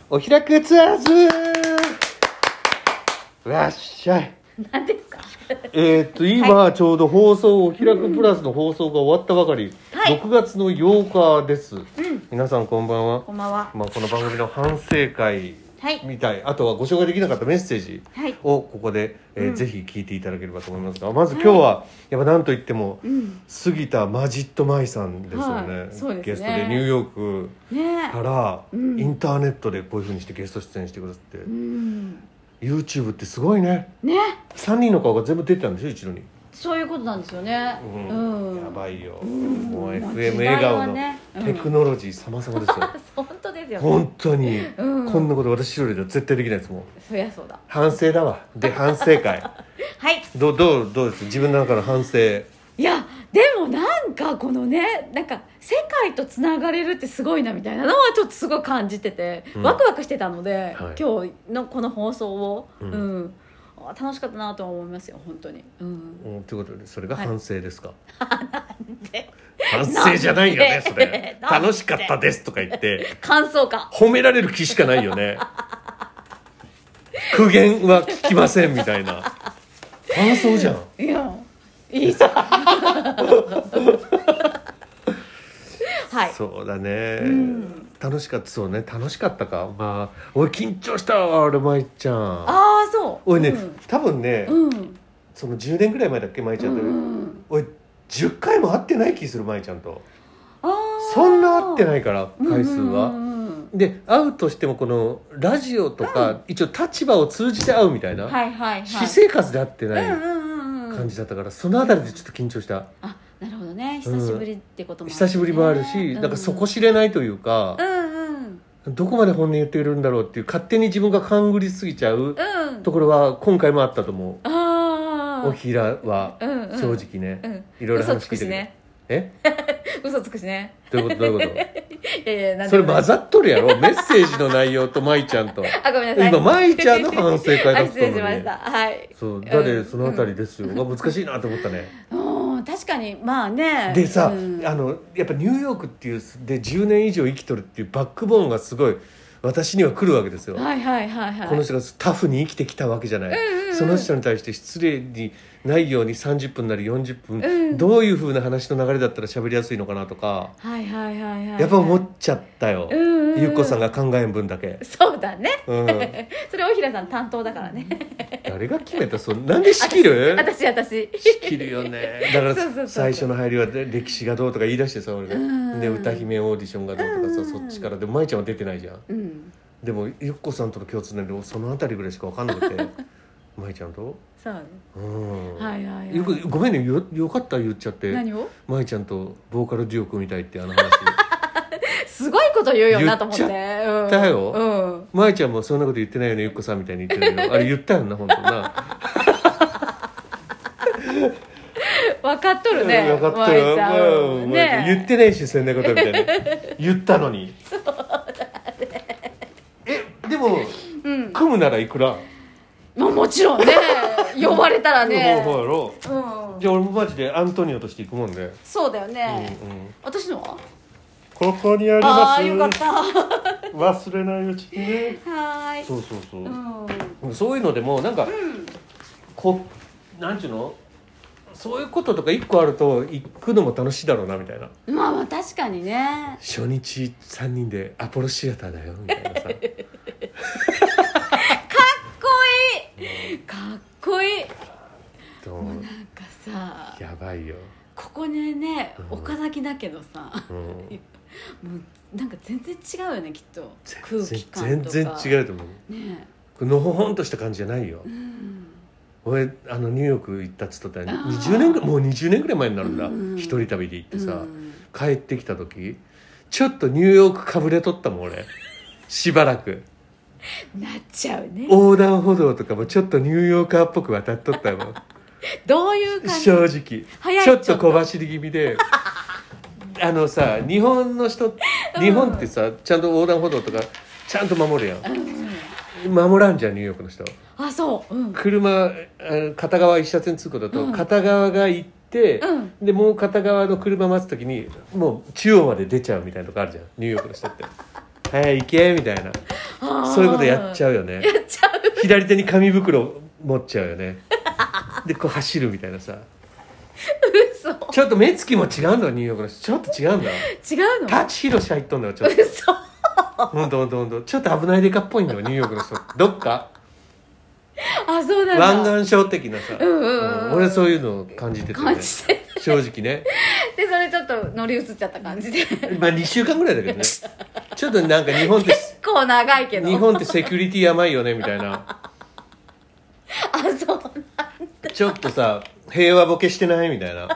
お開くツアーズわっしゃい。 何ですか？ 今ちょうど放送お開くプラスの放送が終わったばかり、 はい、 6月の8日です、皆さんこんばんは。 こんばんは。 この番組の反省会みたい、 はい、 あとはご紹介できなかったメッセージをここで、ぜひ聞いていただければと思いますが、まず今日はやっぱ何といっても、杉田マジット舞さんですよね、 そうですね。 ゲストでニューヨークから、インターネットでこういう風にしてゲスト出演してくださって、YouTube ってすごいね。3人の顔が全部出てたんでしょ、一度に。 そういうことなんですよね。やばいよ、もう FM 笑顔のテクノロジー様々ですよ。 本当ですよ、 本当に、こんなこと私一人では絶対できないですもん。 そりゃそうだ。 反省だわ。で、反省会はいどうです自分の中の反省。 いやでもなんかこのね、なんか世界とつながれるってすごいなみたいなのはちょっとすごい感じてて、ワクワクしてたので、今日のこの放送を楽しかったなと思いますよ、本当に。 ということで、それが反省ですか？ なんで反省じゃないよね、それ。楽しかったですとか言って感想か褒められる気しかないよね。苦言は聞きませんみたいな感想じゃん。 いや、いいじゃん。はい、 そうだね、楽しかった。そうね、楽しかったか。俺緊張したわ、俺舞ちゃん。 ああ、そう。 俺ね、多分ね、その10年ぐらい前だっけ、舞ちゃんと、俺10回も会ってない気する、舞ちゃんと。そんな会ってないから、回数は。で、会うとしてもこのラジオとか、一応立場を通じて会うみたいな、私生活で会ってない感じだったから、そのあたりでちょっと緊張した。 なるほどね、久しぶりってこともある、ね、 久しぶりもあるし、なんか底知れないというか、どこまで本音言ってるんだろうっていう、勝手に自分が勘ぐりすぎちゃうところは今回もあったと思う。おひらは正直ね、いろいろ話聞いてる。 嘘つくしね。 どういうこと？ いやそれ混ざっとるやろ、メッセージの内容と舞ちゃんと。 ごめんなさい、 今舞ちゃんの反省会だったのに。 失礼しました。はい。 そう、そのあたりですよ。難しいなと思ったね。 確かに、まあね。 でさ、やっぱニューヨークっていうで10年以上生きとるっていうバックボーンがすごい私には来るわけですよ。この人がタフに生きてきたわけじゃない、その人に対して失礼にないように30分なり40分、どういう風な話の流れだったら喋りやすいのかなとか、やっぱ思っちゃったよ、ゆっこさんが考えん分だけ。 そうだね、それ大平さん担当だからね。 誰が決めた？なんで仕切る？ 私仕切るよね。だから最初の入りは歴史がどうとか言い出してさ、俺がで歌姫オーディションがどうとかさ、そっちからで舞ちゃんは出てないじゃん。でもゆっこさんとの共通点でそのあたりぐらいしか分かんなくて。舞ちゃんとそうね、 ごめんね、よかった言っちゃって。 何を？ 舞ちゃんとボーカルデュオ組みたいって話。 すごいこと言うよなと思って。 言っちゃったよ。舞ちゃんもそんなこと言ってないよね、ゆっこさんみたいに言ってるよ。あれ言ったよな、本当な。 分かっとるね。 分かっとる。言ってないし、そんなことみたいな。言ったのに。 そうだね。でも組むならいくら？ もちろんね。呼ばれたらね。 そうやろ。じゃあ俺もマジでアントニオとして行くもんで。 そうだよね。私のは？ ここにあります。 よかった。 忘れないうちにね。 はい。 そう。そういうのでもなんか、なんちゅうの？そういうこととか一個あると行くのも楽しいだろうなみたいな。 まあ確かにね。 初日3人でアポロシアターだよみたいなさ。 かっこいい。もうなんかさ、 やばいよ。 ここね、岡崎だけどさ、もうなんか全然違うよね、きっと空気感とか。 全然違うと思うね。のほほんとした感じじゃないよ。俺ニューヨーク行ったっつったらもう20年ぐらい前になるんだ。一人旅で行ってさ、帰ってきた時ちょっとニューヨークかぶれとったもん俺。しばらくなっちゃうね。 横断歩道とかもちょっとニューヨーカーっぽく渡っとったもん。 どういう感じ？ 正直ちょっと小走り気味で。さ、日本の人、日本ってさ、ちゃんと横断歩道とかちゃんと守るやん。守らんじゃん、ニューヨークの人。 そう、 車片側一車線通行だと、片側が行って、でもう片側の車待つ時にもう中央まで出ちゃうみたいなとこあるじゃん、ニューヨークの人って。はい、行けみたいな。 そういうことやっちゃうよね。 やっちゃう。 左手に紙袋持っちゃうよね。でこう走るみたいなさ。 嘘。 ちょっと目つきも違うんだニューヨークの人。ちょっと違うんだ。 違うの。 舘ひろし入っとんだよちょっと。 嘘。 ほんとちょっと危ないデカっぽいんだよニューヨークの人。どっかあ、そうなんだ。 湾岸省的なさ、俺はそういうのを感じてて、ね、正直ね。 でそれちょっと乗り移っちゃった感じでまあ2週間ぐらいだけどね。ちょっとなんか日本って結構長いけど、 日本ってセキュリティやばいよねみたいな。 あ、そうなんだ。 ちょっとさ平和ボケしてないみたいな。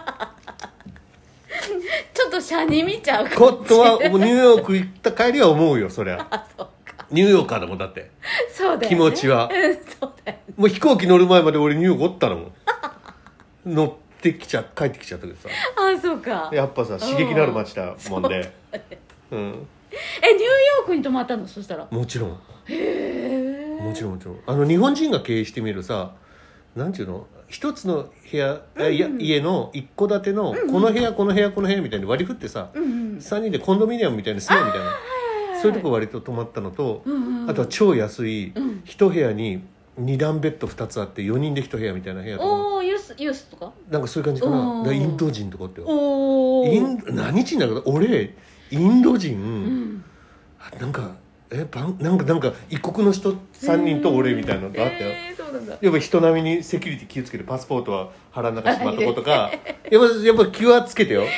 ちょっとシャに見ちゃうかことはニューヨーク行った帰りは思うよそりゃ。 あ、そうか。 ニューヨーカーだもんだって。 そうだよね、 気持ちは。 そうだよね。 もう飛行機乗る前まで俺ニューヨークおったのもん。乗ってきちゃ帰ってきちゃったけどさ。 あ、そうか。 やっぱさ刺激のある街だもんで。うん。 ニューヨークに泊まったの？そしたら。 もちろん。 へえ。 もちろん日本人が経営してみるさ、なんていうの、一つの部屋、家の一戸建てのこの部屋、この部屋この部屋みたいに割り振ってさ、3人でコンドミニアムみたいに住むみたいな、そういうとこ割と泊まったのと、あとは超安い一部屋に2段ベッド2つあって4人で一部屋みたいな部屋とか、 おー、ユースとかなんかそういう感じかな。だからインド人とかってよ。 おー、 何人だけど俺インド人、なんかなんか一国の人3人と俺みたいなのがあったよ。 そうなんだ。 やっぱ人並みにセキュリティ気をつけてパスポートは腹の中しまっとこうとかやっぱ気はつけてよ。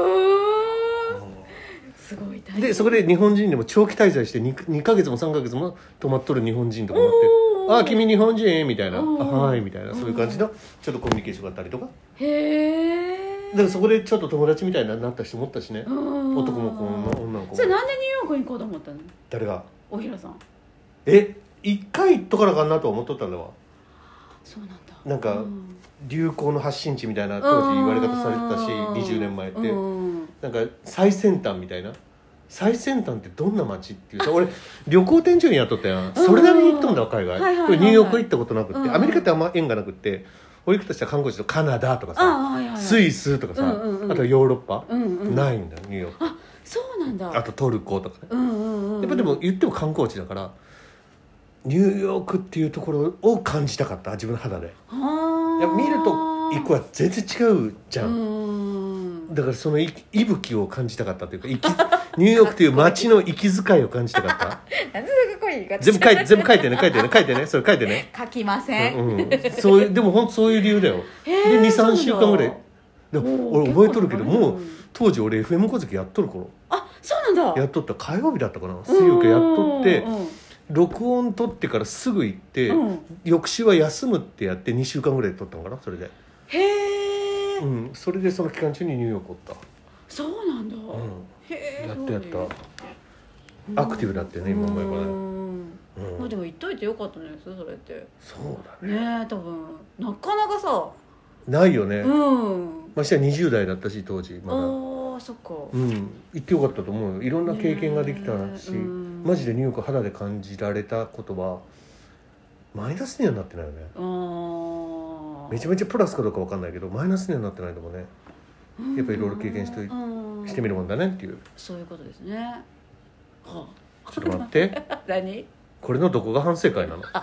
すごい大変でそこで日本人でも長期滞在して 2ヶ月も3ヶ月も泊まっとる日本人とかもあって、あ、君日本人みたいな、あ、はいみたいな、そういう感じのちょっとコミュニケーションがあったりとか。 へえ。 だからそこでちょっと友達みたいになった人もおったしね。男の子も女の子も。 それなんでニューヨークに行こうと思ったの？ 誰が？ おひらさん。 一回行っとかなあかんなとは思っとったんだわ。 そうなんだ。 なんか、流行の発信地みたいな当時言われ方されてたし、20年前って、なんか最先端みたいな。最先端ってどんな街っていうさ、俺旅行店長にやっとったやん。それなりに行っとんだわ海外。これニューヨーク行ったことなくって、アメリカってあんま縁がなくって、俺行くとしたら観光地とカナダとかさ、スイスとかさ、あとはヨーロッパ、ないんだよニューヨーク。 あ、そうなんだ。 あとトルコとかね。やっぱでも言っても観光地だから、ニューヨークっていうところを感じたかった自分の肌で。いや見ると行くは全然違うじゃん。だからその息吹を感じたかったというか、ニューヨークという街の息遣いを感じたかった。 なんでそれかっこいいか。 全部書いてねそれ書いてね。 書きません。 そういうでも本当そういう理由だよ。で 2,3 週間ぐらい。で俺覚えとるけど、もう当時俺 FM 小関やっとる頃。 あ、そうなんだ。 やっとった火曜日だったかな、水曜日やっとって。録音撮ってからすぐ行って、翌週は休むってやって2週間ぐらい撮ったのかなそれで。 へえ。 それでその期間中にニューヨークおった。 そうなんだ。 へえ。やったアクティブだってね今思えばね。 まあでも言っといてよかったねそれって。 そうだね。 ね、多分なかなかさないよね。ましては20代だったし当時まだ。 ああ、そっか。 行ってよかったと思うよ。いろんな経験ができたし、マジでニューヨーク肌で感じられたことはマイナスにはなってないよね。めちゃめちゃプラスかどうか分かんないけどマイナスにはなってないと思うね。やっぱいろいろ経験してみるもんだねっていう。 そういうことですね。はあ、ちょっと待って何これのどこが反省会なの？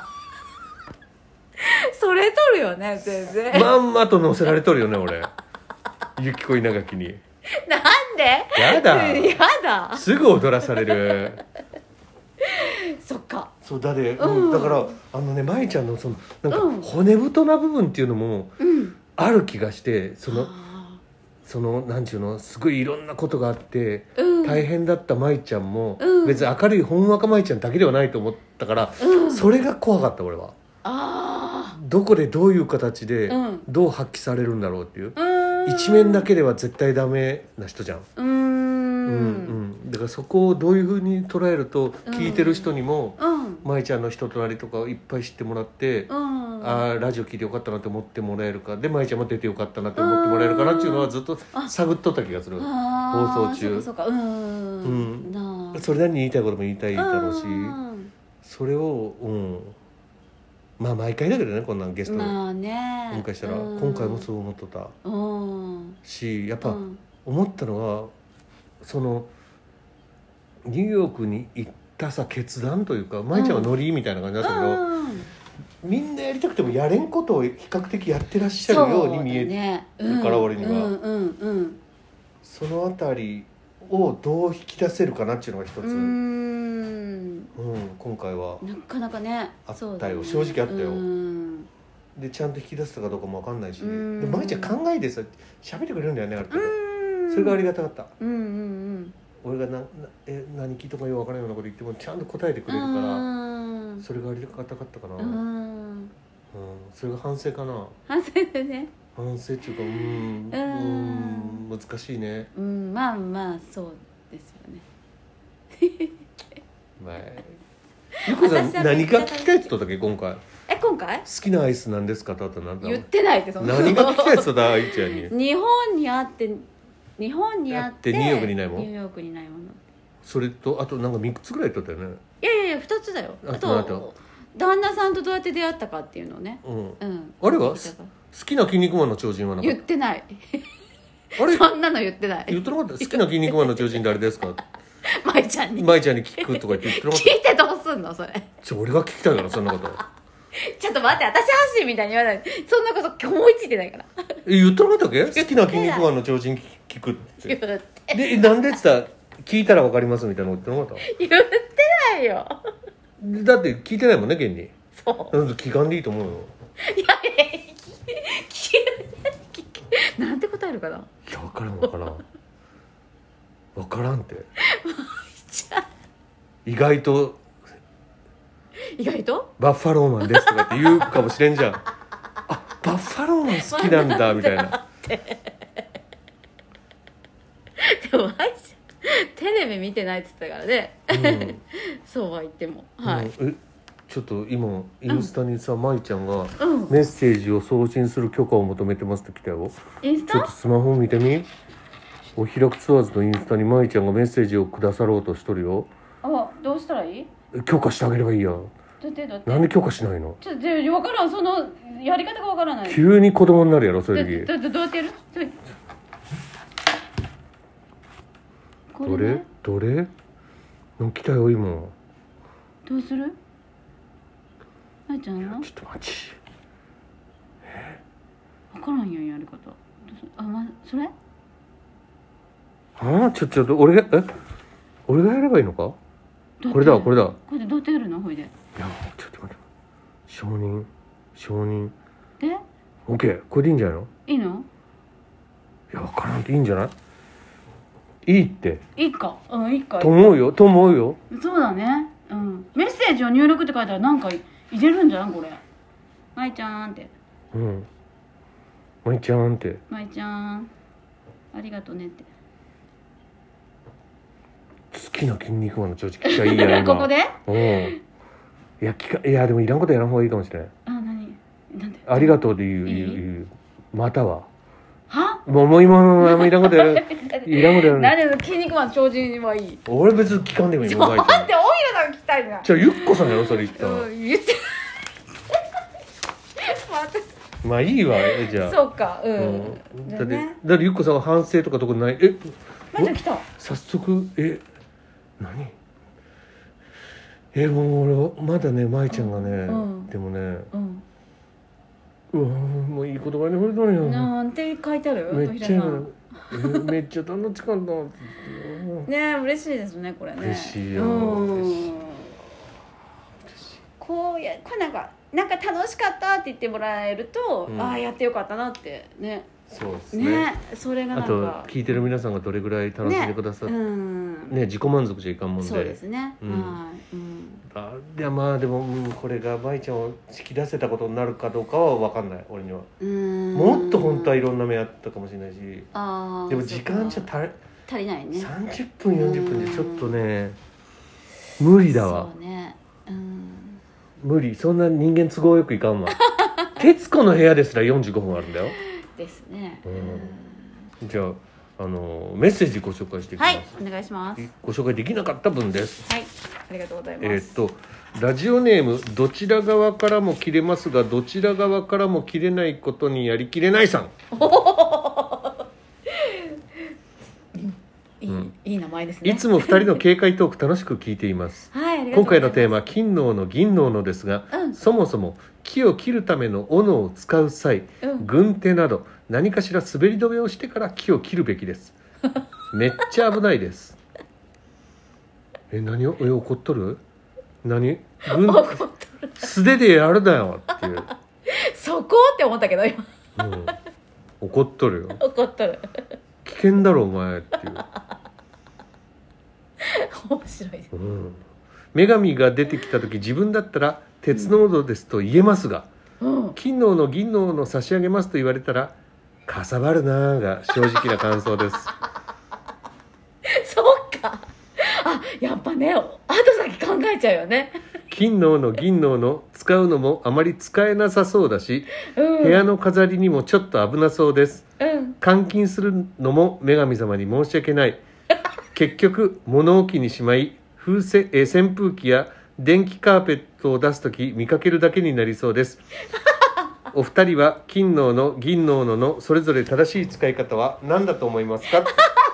それ取るよね全然。 まんまと載せられとるよね俺。ゆきこ稲垣に。 なんで？ やだやだ。 すぐ踊らされる。 そっか。 そうだから舞ちゃんのそのなんか骨太な部分っていうのもある気がして、そのなんていうの、すごいいろんなことがあって大変だった舞ちゃんも別に明るいほんわか舞ちゃんだけではないと思ったから、それが怖かった俺は。どこでどういう形でどう発揮されるんだろうっていう、一面だけでは絶対ダメな人じゃん。だからそこをどういうふうに捉えると聞いてる人にも舞ちゃんの人となりとかをいっぱい知ってもらって、ああラジオ聞いてよかったなって思ってもらえるかで、舞ちゃんも出てよかったなって思ってもらえるかなっていうのはずっと探っとった気がする放送中。それなりに言いたいことも言いたいだろうし、それをまあ毎回だけどねこんなんゲストを迎えしたら、今回もそう思っとったし、やっぱ思ったのはそのニューヨークに行ったさ決断というか、舞ちゃんはノリみたいな感じだったけど、みんなやりたくてもやれんことを比較的やってらっしゃるように見えるから、俺には、そのあたりをどう引き出せるかなっていうのが一つ、今回はなかなかねあったよ、正直あったよ。でちゃんと引き出せたかどうかも分かんないし、で舞ちゃん考えてさ喋ってくれるんだよね、ある程度。それがありがたかった。俺が何聞いとかよく分からないようなこと言ってもちゃんと答えてくれるから、それがありがたかったかな。それが反省かな。 反省でね。 反省っていうか、難しいね。 まあまあそうですよね。 ゆこさん何が聞きたいって言ったっけ今回。 今回好きなアイスなんですかって何だ。 言ってないってそんな。 何が聞きたいって言った愛ちゃんに。 日本にあってニューヨークにないもん。 ニューヨークにないもの。 それとあとなんか3つぐらい言ったよね。 いや2つだよ。あと旦那さんとどうやって出会ったかっていうのをね。 あれは好きな筋肉マンの超人はなかった。 言ってない。 あれそんなの言ってない。 言ってなかった。好きな筋肉マンの超人誰ですか。 舞ちゃんに聞くとか言ってなかった。 聞いてどうすんのそれ。 俺が聞きたいからそんなこと。 ちょっと待って、私発信みたいに言わない。そんなこと思いついてないから。 言ってなかったっけ。好きな筋肉マンの超人聞くって。でなんでって言ったら聞いたら分かりますみたいなの言ってなかった。 言ってないよ。 だって聞いてないもんね現に。 そう。 聞かんでいいと思うよ。 いやなんて答えるかな。いや分からんって意外とバッファローマンですとかって言うかもしれんじゃん。あ、バッファローマン好きなんだみたいな。 でもテレビ見てないって言ったからね、そうは言っても、 ちょっと今インスタにさ、舞ちゃんがメッセージを送信する許可を求めてますって来たよ。 インスタ？ ちょっとスマホ見てみ。お開くツアーズのインスタに舞ちゃんがメッセージをくださろうとしとるよ。 どうしたらいい？許可してあげればいいや。なんで許可しないの？ ちょっと分からん、そのやり方が分からない。 急に子供になるやろそういう時。 どうやってやる？ どれ？来たよ今。 どうする？あいちゃんの？ ちょっと待ち。 分からんやんやり方。それ？ ちょっと俺がやればいいのか？これだ。これでどうやってやるの？ほいで。 いやちょっと待って。承認で OK。 これでいいんじゃないの？ いいの？ いや分からんっていいんじゃない？いいっていいかと思うよ。 そうだね。メッセージを入力って書いたらなんか入れるんじゃんこれ。まいちゃんって。 まいちゃんってまいちゃんありがとねって。 好きな筋肉マンの調子聞きゃいいやんここで？ いやでもいらんことやらん方がいいかもしれない。 なんで？ ありがとうで言う。またはもう今のいらんことやる。いらんことやる。 なんで筋肉マン超人はいい？ 俺別に聞かんでもいいよ。 待って、オイラさん聞きたいな。 じゃあゆっこさんやろそれ言ったら。 言ってまあいいわ。じゃあそうか。 だってゆっこさんは反省とかとこない。 また来た。 早速何？もう俺まだね舞ちゃんがね、でもね、もういい言葉に触れたのよ。 なんて書いてある？ めっちゃ楽しかったね。嬉しいですねこれね。 嬉しいよ。 これなんか楽しかったって言ってもらえると、やってよかったなってね。 そうですね。 それがなんかあと聞いてる皆さんがどれぐらい楽しんでくださってね、自己満足じゃいかんもんで。 そうですね。 いやまあでもこれが舞ちゃんを引き出せたことになるかどうかは分かんない俺には。もっと本当はいろんな目あったかもしれないし、でも時間じゃ足りないね。 30分40分でちょっとね無理だわ。 そうね。 無理。そんな人間都合よくいかんわ。徹子の部屋ですら45分あるんだよ。 ですね。 じゃあメッセージご紹介していきます。 はい、お願いします。 ご紹介できなかった分です。 はい、ありがとうございます。 ラジオネームどちら側からも切れますがどちら側からも切れないことにやりきれないさん。いいい名前ですね。 いつも2人の警戒トーク楽しく聞いています。 はい、ありがとうございます。 今回のテーマ金の斧銀の斧ですが、そもそも木を切るための斧を使う際、軍手など何かしら滑り止めをしてから木を切るべきです。めっちゃ危ないです。何を怒っとる？何？素手でやるなよっていう。 そこって思ったけど今、 怒っとるよ。 怒っとる。 危険だろお前っていう。 面白いです、 女神が出てきた時自分だったら鉄の斧ですと言えますが、金の斧銀の斧差し上げますと言われたらかさばるなーが正直な感想です。 そっか、やっぱね、後先考えちゃうよね。 金の斧銀の斧使うのもあまり使えなさそうだし、部屋の飾りにもちょっと危なそうです、監禁するのも女神様に申し訳ない。結局物置にしまい扇風機や電気カーペットを出すとき見かけるだけになりそうです。お二人は金の斧銀の斧のそれぞれ正しい使い方は何だと思いますか？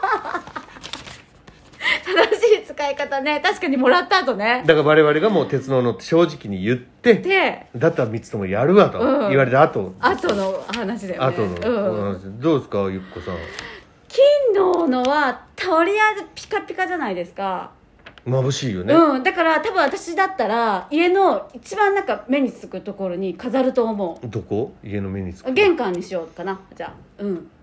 正しい使い方ね、確かにもらった後ね。 だから我々がもう鉄の斧って正直に言ってだったら3つともやるわと言われた後の話だよね。 後の話、どうですかゆっこさん。 金の斧はとりあえずピカピカじゃないですか。 眩しいよね。 だから多分私だったら家の一番なんか目につくところに飾ると思う。 どこ？家の目につく。 玄関にしようかな。じゃあ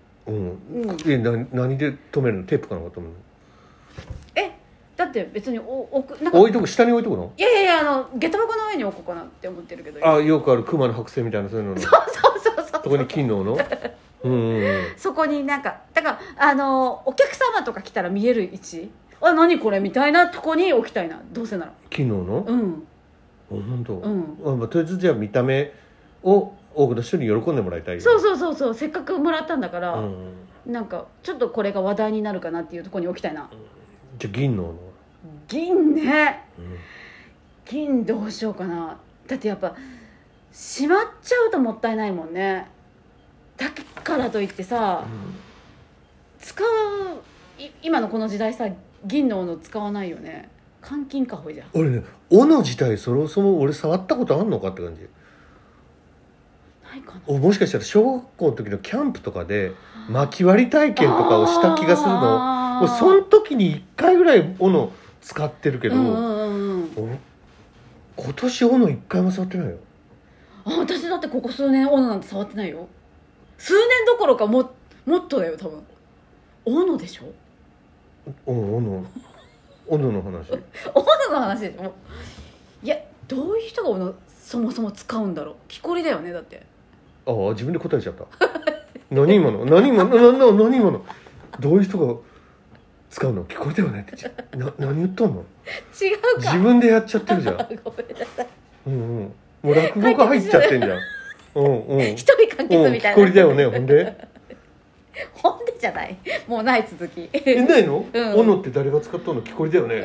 何で止めるの？テープかなんか止めるの？ だって別に置いとく、下に置いとくの？ いや下駄箱の上に置こうかなって思ってるけど。 よくある熊の剥製みたいなそういうの。そうそこに金の斧そこになんかだからお客様とか来たら見える位置、何これみたいなとこに置きたいな、どうせなら。 金の斧？本当。とりあえずじゃあ見た目を多くの人に喜んでもらいたいよ。 そうせっかくもらったんだから、なんかちょっとこれが話題になるかなっていうところに置きたいな。 じゃあ銀の斧？ 銀ね、銀どうしようかな。だってやっぱしまっちゃうともったいないもんね。だからといってさ、使う今のこの時代さ、銀の斧使わないよね。監禁かほいじゃん。 俺ね、斧自体そもそも俺触ったことあんのかって感じ。 ないかな。 もしかしたら小学校の時のキャンプとかで薪割り体験とかをした気がするの。俺その時に1回ぐらい斧使ってるけど、今年斧1回も触ってないよ。 私だってここ数年斧なんて触ってないよ。数年どころかもっとだよ多分。斧でしょ。斧の話。斧の話でしょ。いや、どういう人が斧そもそも使うんだろう。木こりだよねだって。 自分で答えちゃった。何今のどういう人が使うの？木こりだよねって何言っとんの？ 違うか。 自分でやっちゃってるじゃん。ごめんなさい。もう落語家入っちゃってんじゃん。 一人完結みたいな。 木こりだよね。ほんでじゃない。もうない続き。 ないの？斧って誰が使ったの？木こりだよね。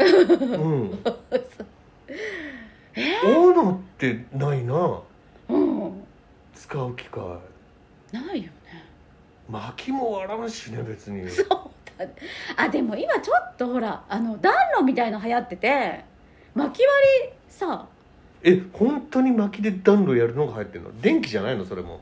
斧ってないな。使う機会ないよね。 薪も割らんしね別に。 そうだ。でも今ちょっとほら暖炉みたいの流行ってて、薪割りさ。 本当に薪で暖炉やるのが流行ってるの？電気じゃないのそれも？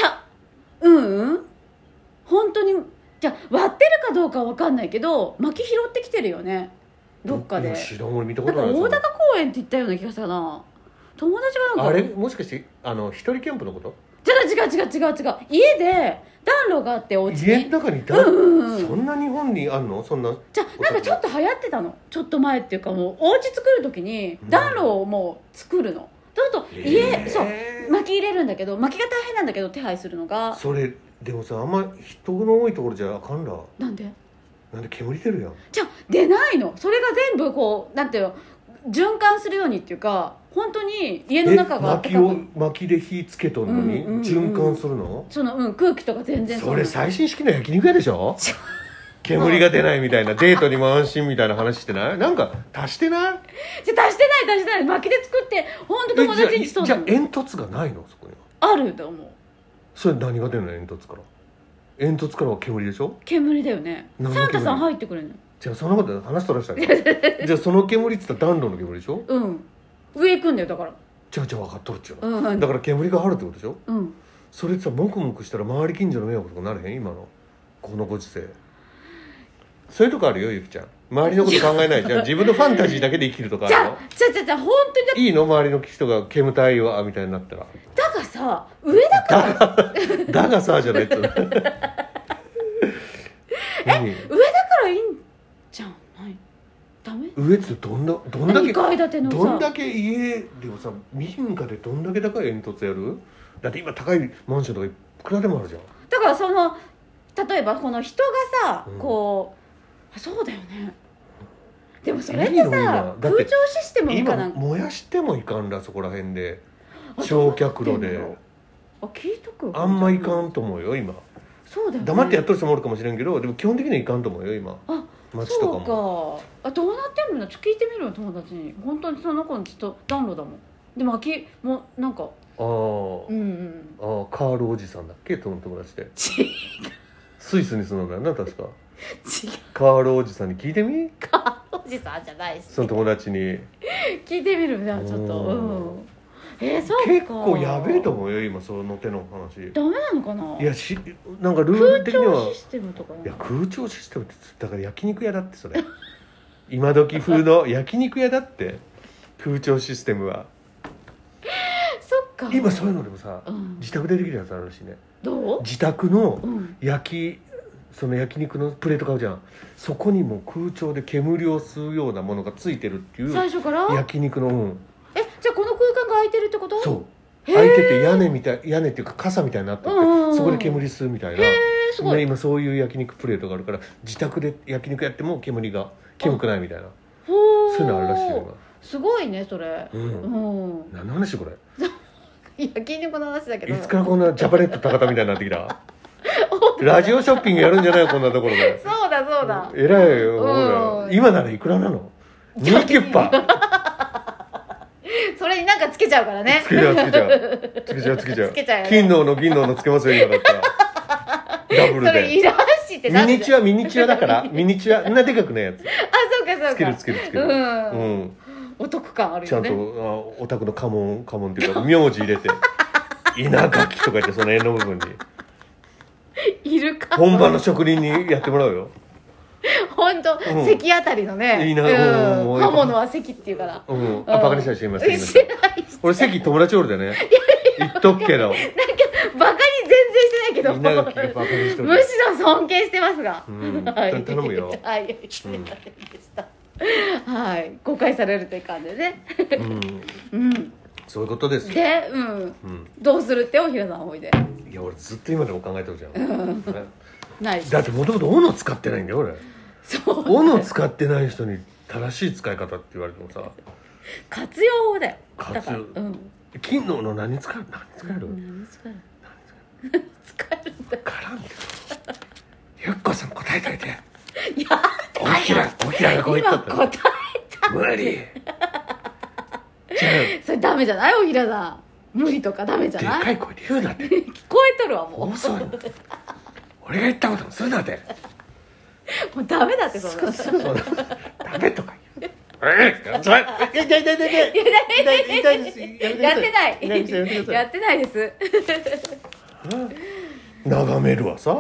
本当にじゃあ割ってるかどうかは分かんないけど薪拾ってきてるよねどっかで。 知らん、俺見たことない。 なんか大高公園って言ったような気がしたな。友達がなんかあれもしかして一人キャンプのこと？ 違う家で暖炉があって、お家に家の中に暖炉、そんな日本にあんの？そんなじゃなんかちょっと流行ってたの。ちょっと前っていうか、もうお家作る時に暖炉をもう作るの。そうすると家、そう薪入れるんだけど、薪が大変なんだけど手配するのが。 それでもさ、あんま人の多いところじゃあかんら。 なんで煙出るやん。 じゃ出ないの。それが全部こうなんていうの、循環するようにっていうか、本当に家の中が薪で火つけとんのに循環するの？ 空気とか全然。 それ最新式の焼肉屋でしょ。煙が出ないみたいな、デートにも安心みたいな話してない？なんか足してない？ 足してない。薪で作って本当友達にしとんの。 じゃあ煙突がないの？そこにはあると思う。 それ何が出るの？煙突からは煙でしょ。 煙だよね。サンタさん入ってくれるの。 じゃあそんなこと話取らしたらじゃあその煙っつったら暖炉の煙でしょ。 上行くんだよだから。 じゃあ分かっとるっちゅうの、だから煙が張るってことでしょ。それさもくもくしたら周り近所の迷惑とかなれへん今のこのご時世。そういうとこあるよゆきちゃん。周りのこと考えないじゃん。自分のファンタジーだけで生きるとかあるの。 じゃ本当にいいの周りの人が煙たいわみたいになったら。 だがさ上だからだがさじゃないと上だからいいんじゃないダメ。 上ってどんだけ 2階建てのさどんだけ家でもさ民家でどんだけ高い煙突やる。だって今高いマンションとかいくらでもあるじゃん。 だからその例えばこの人がさ、こうそうだよね。でもそれってさ空調システムかなんか今燃やしてもいかんらそこら辺で焼却炉で聞いとく。 あんまいかんと思うよ今。 そうだよね。 黙ってやっとる人もおるかもしれんけどでも基本的にはいかんと思うよ今。街とかも。 そうか。どうなってんの。ちょっと聞いてみるよ友達に。本当にその子にきっと暖炉だもん。でももうなんかカールおじさんだっけその友達で。スイスに住んだんだよな確か。 違う。 カールおじさんに聞いてみ。 カールおじさんじゃないし、 その友達に聞いてみるじゃんちょっと。そうか。 結構やべえと思うよ今その手の話。 ダメなのかな。 いやなんかルール的には空調システムとか。 いや空調システムってだから焼肉屋だってそれ今時風の焼肉屋だって空調システムは。 そっか。 今そういうのでもさ、自宅でできるやつあるしね。 どう。 自宅のその焼肉のプレート買うじゃん。そこにも空調で煙を吸うようなものがついてるっていう最初から焼肉のじゃあこの空間が空いてるってこと。 そう空いてて屋根っていうか傘みたいになってて、そこで煙吸うみたいな。 すごい。 今そういう焼肉プレートがあるから自宅で焼肉やっても煙が煙くないみたいなそういうのあるらしいよ今。 すごいねそれ。 何の話これ焼肉の話だけど。 いつからこんなジャパネット高田みたいになってきたラジオショッピングやるんじゃないよこんなところで。 そうだえらいよ。今ならいくらなの。ニーキュッパそれになんかつけちゃうからね。 つけちゃう。金のつけますよ今だったらダブルで。 それいらんしってミニチュアだからミニチュアあんなでかくないやつ。 そうかつける。 お得感あるよね。 ちゃんとお宅の家紋っていうか名字入れて稲垣とか言ってその絵の部分にいるか。 本場の職人にやってもらうよ。 本当、関あたりのね。 いいな。 刃物は関っていうから。 バカにしたりしています。俺関友達おるでね。言っとくけど。なんかバカに全然してないけど。 稲垣がバカにしとる。 むしろ尊敬してますが。 頼むよ。 はい、すみませんでした。はい、誤解されるという感じでね。 そういうことです。 で、どうするっておひらさんおいで。 いや俺ずっと今でも考えてるじゃん。 ない。 だってもともと斧使ってないんだよ俺。斧使ってない人に正しい使い方って言われてもさ。 活用法だよ。 活用。金の何使える？ 使えるんだ。 からんけど。ゆっこさん答えといて。 いや。 おひらがこう言ったって。 今答えた。 無理。 それダメじゃないおひらさん。無理とかダメじゃない。 でかい声で言うなって。 聞こえとるわもう。 遅い。俺が言ったこともするなって。 もうダメだってそんな。 ダメとか言う。痛いです。 やってないです。 眺めるわさ。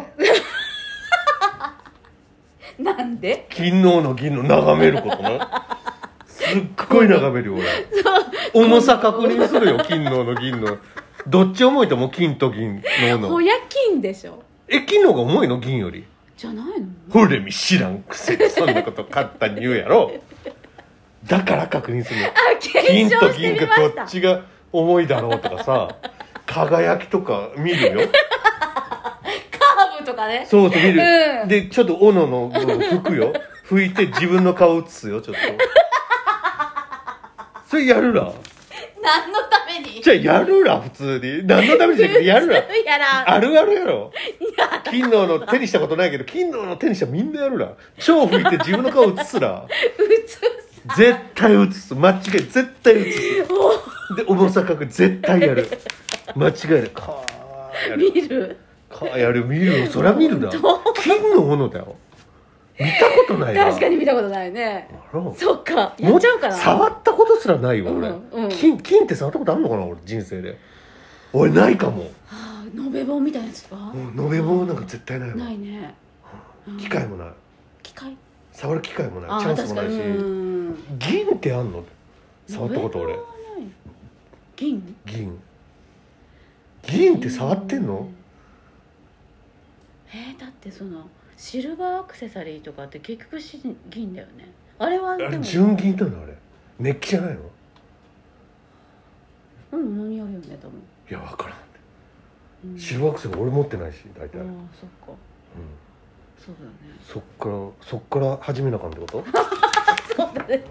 なんで？ 金の銀の眺めることな。すっごい眺めるよ俺。重さ確認するよ金の銀の。どっち重いとも金と銀の。 ほや金でしょ。 金の方が重いの銀より。 じゃないの？ ほれみ知らんくせにそんなこと簡単に言うやろ。だから確認するの。金と銀がどっちが重いだろうとかさ、輝きとか見るよ。 カーブとかね。 そう見る。でちょっと斧の部分拭くよ。拭いて自分の顔映すよちょっと。それやるら。 何のために？ じゃあやるら普通に。何のためにじゃなくてやるら。あるあるやろ。金の手にしたことないけど金の手にしたらみんなやるら。超拭いて自分の顔映すら。絶対映す。間違い絶対映す。で重さ確認絶対やる。間違いない。 見る。 見る。そりゃ見るな。金の斧だよ。 見たことないな。 確かに見たことないね。そっか、やっちゃうかな。 触ったことすらないわ俺、金って触ったことあるのかな俺人生で。俺ないかも。 延べ棒みたいなやつとか。 延べ棒なんか絶対ないわ。 ないね。 機械もない。 機械触る機会もない。チャンスもないし。銀ってあんの？触ったこと俺。銀って触ってんの？ だってそのシルバーアクセサリーとかって結局銀だよね。あれはでも。あれ純銀なのあれ。メッキじゃないの？ 何やるよね多分。 いや分からん。シルバーアクセサリー俺持ってないし大体。 そっか。そうだよね。 そっから始めなあかんってこと？ そうだね。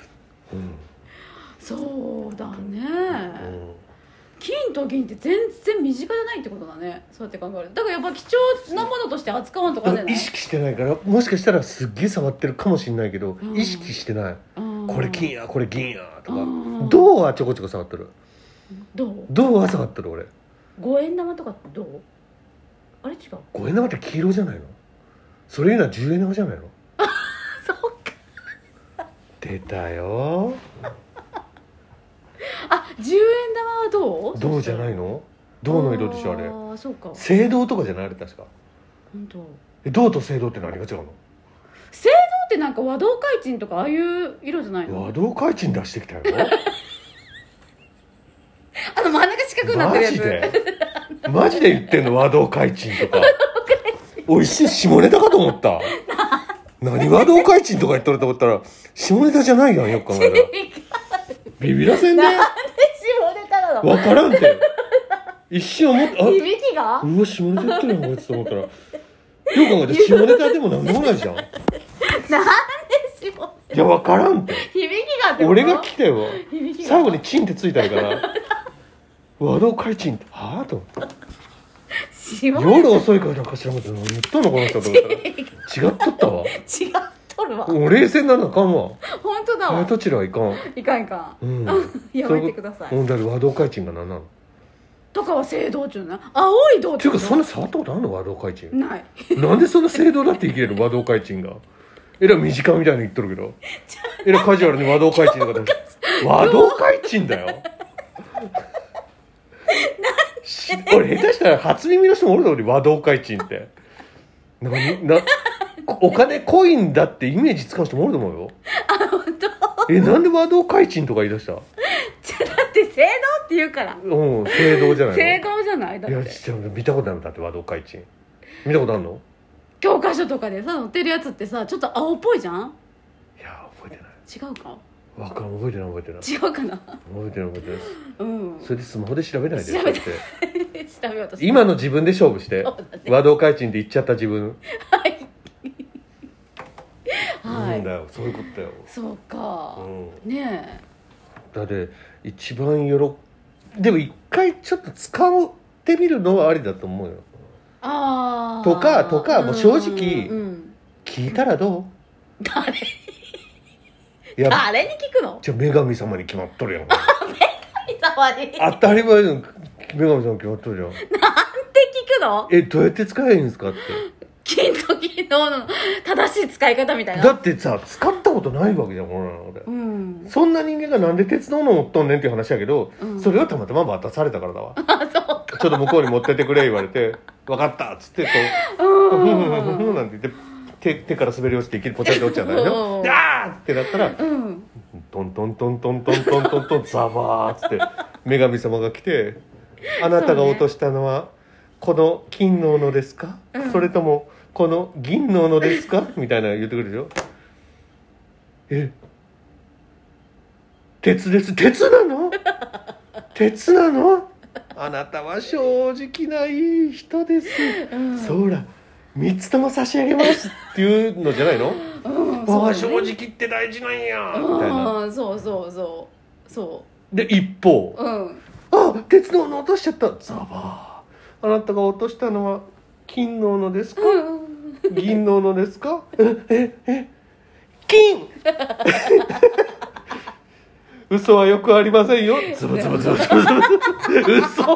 そうだね。金と銀って全然身近じゃないってことだね。そうやって考える。だからやっぱ貴重なものとして扱わんとかじゃない。 意識してないから、もしかしたらすっげえ触ってるかもしれないけど、意識してない。これ金やこれ銀やとか。銅はちょこちょこ触ってる。銅は触ってる俺。 5円玉とかってどう？あれ違う。 5円玉って黄色じゃないの？それ言うのは10円玉じゃないの？ そうか。 出たよ。 10円玉はどう？ 銅じゃないの？銅の色でしょあれ。 そうか。 青銅とかじゃないあれ確か。 本当。 銅と青銅って何が違うの？ 青銅ってなんか和銅開珍とかああいう色じゃないの？ 和銅開珍出してきたよ。 真ん中四角になってるやつ。 マジで言ってんの？和銅開珍とか。おいしい下ネタかと思った。何和銅開珍とか言っとると思ったら下ネタじゃないやんよく考えたら。ビビらせんね。 なんで下ネタなの？ 分からんて。一瞬思った。 響きが？ うわ下ネタ言ってるやんこいつと思ったら。よく考えて下ネタでもなんでもないじゃん。なんで下ネタ？ いや分からんて。 響きがってこと？ 俺が聞きたよ。最後にチンってついたから。和銅開珍ってはぁと思った。夜遅いからなんか知らんかった。何言ったのこの人と思ったら違っとったわ。 違っとるわ。 もう冷静なのあかんわ。 本当だわ。 どちらはいかん。 いかん。やめてください。 だって和銅開珍が何なの？ とかは青銅中な。青い銅っていうかそんな触ったことあるの和銅開珍？ ない。 なんでそんな青銅だって生きれる和銅開珍が。えらい短みたいに言っとるけど。えらいカジュアルに和銅開珍とか和銅開珍だよ。俺下手したら初耳の人もおるのに和銅開珍ってお金コインだってイメージ使う人もおると思うよ。 本当？ なんで和銅開珍とか言い出した？ だって青銅って言うから。 青銅じゃないの？青銅じゃない？だって。いや見たことない。だって和銅開珍見たことあるの？ 教科書とかでさ載ってるやつってさちょっと青っぽいじゃん。 いや覚えてない。 違うか？ わかん覚えてない。 違うかな。 覚えてない。それでスマホで調べないで。 調べようとして。 今の自分で勝負して、和銅開珍って言っちゃった自分。はい。だよそういうことだよ。 そうか。ねえ。だって一番でも一回ちょっと使ってみるのはありだと思うよ。とかもう正直聞いたらどう？ 誰に聞くの？ じゃあ女神様に決まっとるやん。 女神様に当たり前じゃん。女神様決まっとるじゃん。なんで聞くの？ どうやって使えばいいんですかって。 金と銀の正しい使い方みたいな。 だってさ使ったことないわけじゃん俺らので、そんな人間がなんで鉄道の持っとんねんっていう話やけど、それをたまたま渡されたからだわ。ちょっと向こうに持ってってくれ言われて分かったっつってこうふんふんふんふんなんて言って手から滑り落ちていきりポチャって落ちちゃうんだよ。あーってなったらトントントントントントントントントンザバーっつって女神様が来てあなたが落としたのはこの金の斧ですか、それともこの銀の斧ですかみたいな言ってくるでしょ。鉄です。鉄なの？鉄なの？あなたは正直ないい人です、そら3つとも差し上げますっていうのじゃないの？正直って大事なんやみたいな。そうで一方、鉄の斧落としちゃった。ザバー。あなたが落としたのは金の斧ですか？銀の斧ですか？金嘘はよくありませんよ。ズブズブズブズブズブ嘘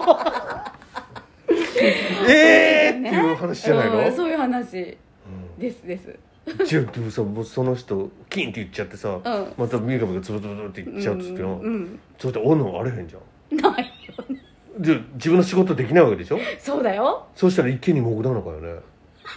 っていう話じゃないの？ そういう話です。 でもさ、もうその人キンって言っちゃってさ、また女神がズブズブって言っちゃうっつってな、それで斧あれへんじゃん。 ないよね。 で自分の仕事できないわけでしょ。 そうだよ。 そうしたら池に潜らなのかよね。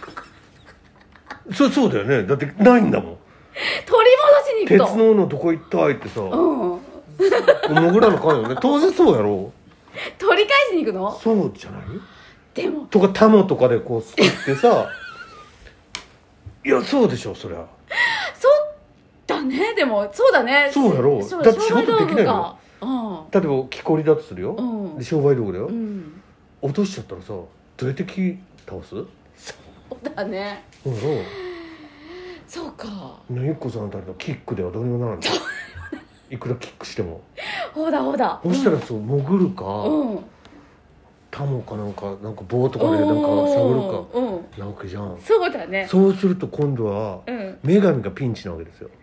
そうだよね。だってないんだもん。 取り戻しに行くと。 鉄の斧どこ行ったいってさ、潜らなかんよね。当然そうやろ。 取り返しに行くの？ そうじゃない？ でもとかタモとかでこうすくってさいやそうでしょそりゃ。 そうだね。でもそうだね。 そうやろ。だって仕事できないの。例えば木こりだとするよ、で商売道具だよ、落としちゃったらさどうやって木倒す？ そうだね。そうか。 ゆっこさんあたりのキックではどうにもならない。いくらキックしても。 ほだ。 そしたらそう潜るか、タモかなんか棒とかでなんか触るかなわけじゃん。 そうだね。 そうすると今度は女神がピンチなわけですよ。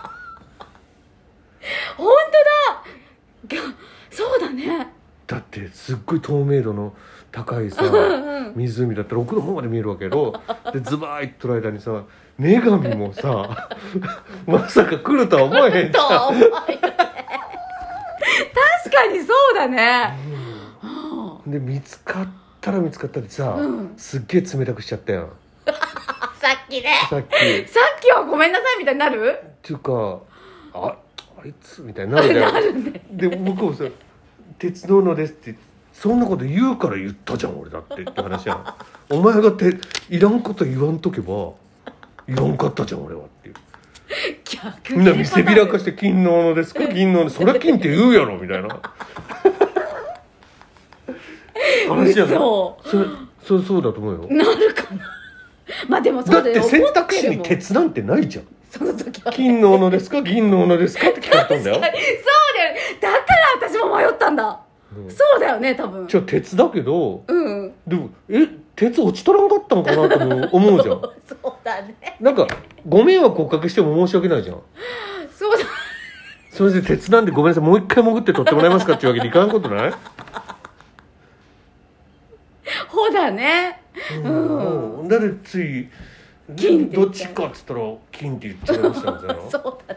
本当だ。そうだね。 だってすっごい透明度の高いさ湖だったら奥の方まで見えるわけやろ。でズバーいっとる間にさ女神もさまさか来るとは思えへんじゃん。確かにそうだね、 で見つかったらでさ、すっげえ冷たくしちゃったやんさっきね。 さっきはごめんなさいみたいになるっていうかあいつみたいになるじゃん。 なるね。 で僕もさ鉄道のですってそんなこと言うから言ったじゃん俺だってって話やん。お前がいらんこと言わんとけばいらんかったじゃん俺はっていう。みんな見せびらかして金の斧ですか金の斧、そりゃ金って言うやろみたいな話やん。そうだと思うよ。 なるかな。まあでもそうだよ。 だって選択肢に鉄なんてないじゃん。 その時は、 金の斧ですか銀の斧ですかって聞かれたんだよ。そうだよ。 だから私も迷ったんだ、そうだよね多分。 鉄だけど、でも鉄落ちとらんかったんかなと思うじゃん。 そうだね。 なんかご迷惑をおかけしても申し訳ないじゃん。 そうだ。 それで鉄なんでごめんなさいもう一回潜って取ってもらえますかっていうわけにいかんことない？ ほだね。 だってつい金どっちかっつったら金って言っちゃいましたみたいな。 そうだ。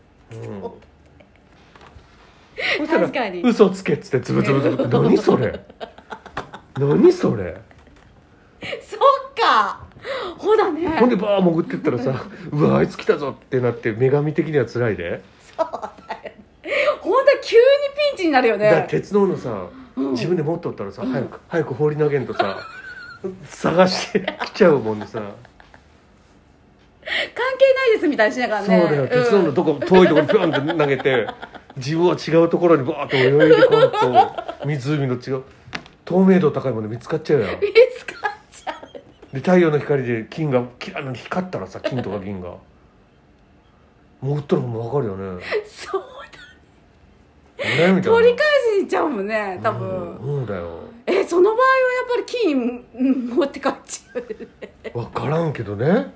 そしたら嘘つけっつってつぶつぶ何それ何それ。 そっか。ほだね。 ほんでバー潜ってったらさうわあいつ来たぞってなって女神的には辛いで。 そうだよね。ほんと急にピンチになるよね。 だから鉄道のさ、自分で持っとったらさ、早く放り投げんとさ探してきちゃうもんでさ関係ないですみたいにしながらね。 そうだよ、鉄道のどこ遠いところにピョンって投げて自分は違うところにバーッと泳いでこんと湖の違う透明度高いもの見つかっちゃうやん。 見つかっちゃう。 で太陽の光で金が光ったらさ金とか銀が潜ったのも分かるよね。 そうだね。みたいな取り返しに行っちゃうもんね多分。 そうだよ。 その場合はやっぱり金持って帰っちゃう。 分からんけどね。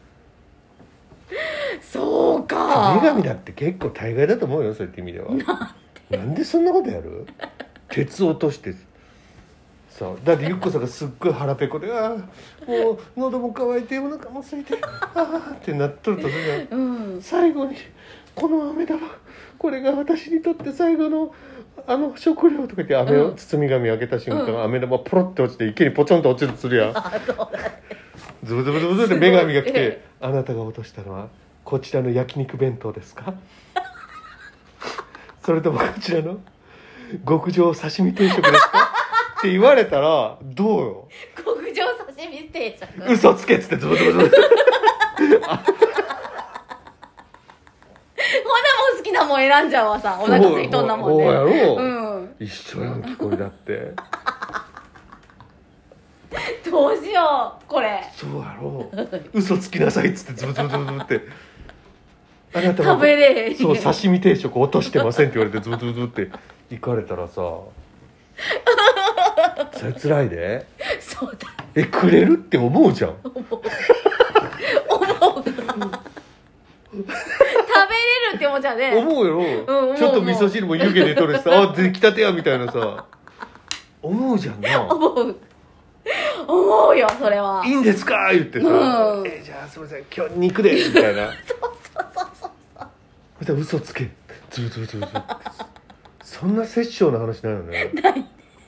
そうか。 女神だって結構大概だと思うよそういった意味では。なんでそんなことやる？鉄落としてさ、だってゆっこさんがすっごい腹ペコでもう喉も渇いてお腹も空いてってなっとるとするじゃん、最後にこの飴玉これが私にとって最後の食料とか言って飴を包み紙開けた瞬間、飴玉ポロッて落ちて池にポチョンと落ちるとするやん。ズブズブズブズって女神が来てあなたが落としたのはこちらの焼肉弁当ですかそれともこちらの極上刺身定食ですかって言われたらどうよ。 極上刺身定食。 嘘つけっつってズブズブズブほなもう好きなもん選んじゃうわさ。お腹すいとんなもんね。 そうやろ、一緒やんけこれだってどうしようこれ。 そうやろ嘘つきなさいっつってズブズブズブズブってあなた食べれへん。 そう刺身定食落としてませんって言われてズブズブズブって行かれたらさそれ辛いで。 そうだ。 くれるって思うじゃん。 思う食べれるって思っちゃうね。 思うよ、ちょっと味噌汁も湯気で取れてさ出来たてやみたいなさ思うじゃんな。 思う。 思うよそれは。 いいんですか言ってさ、じゃあすいません今日肉でみたいなそしたら嘘つけズブズブズブズブそんな殺生な話ないよね。 ない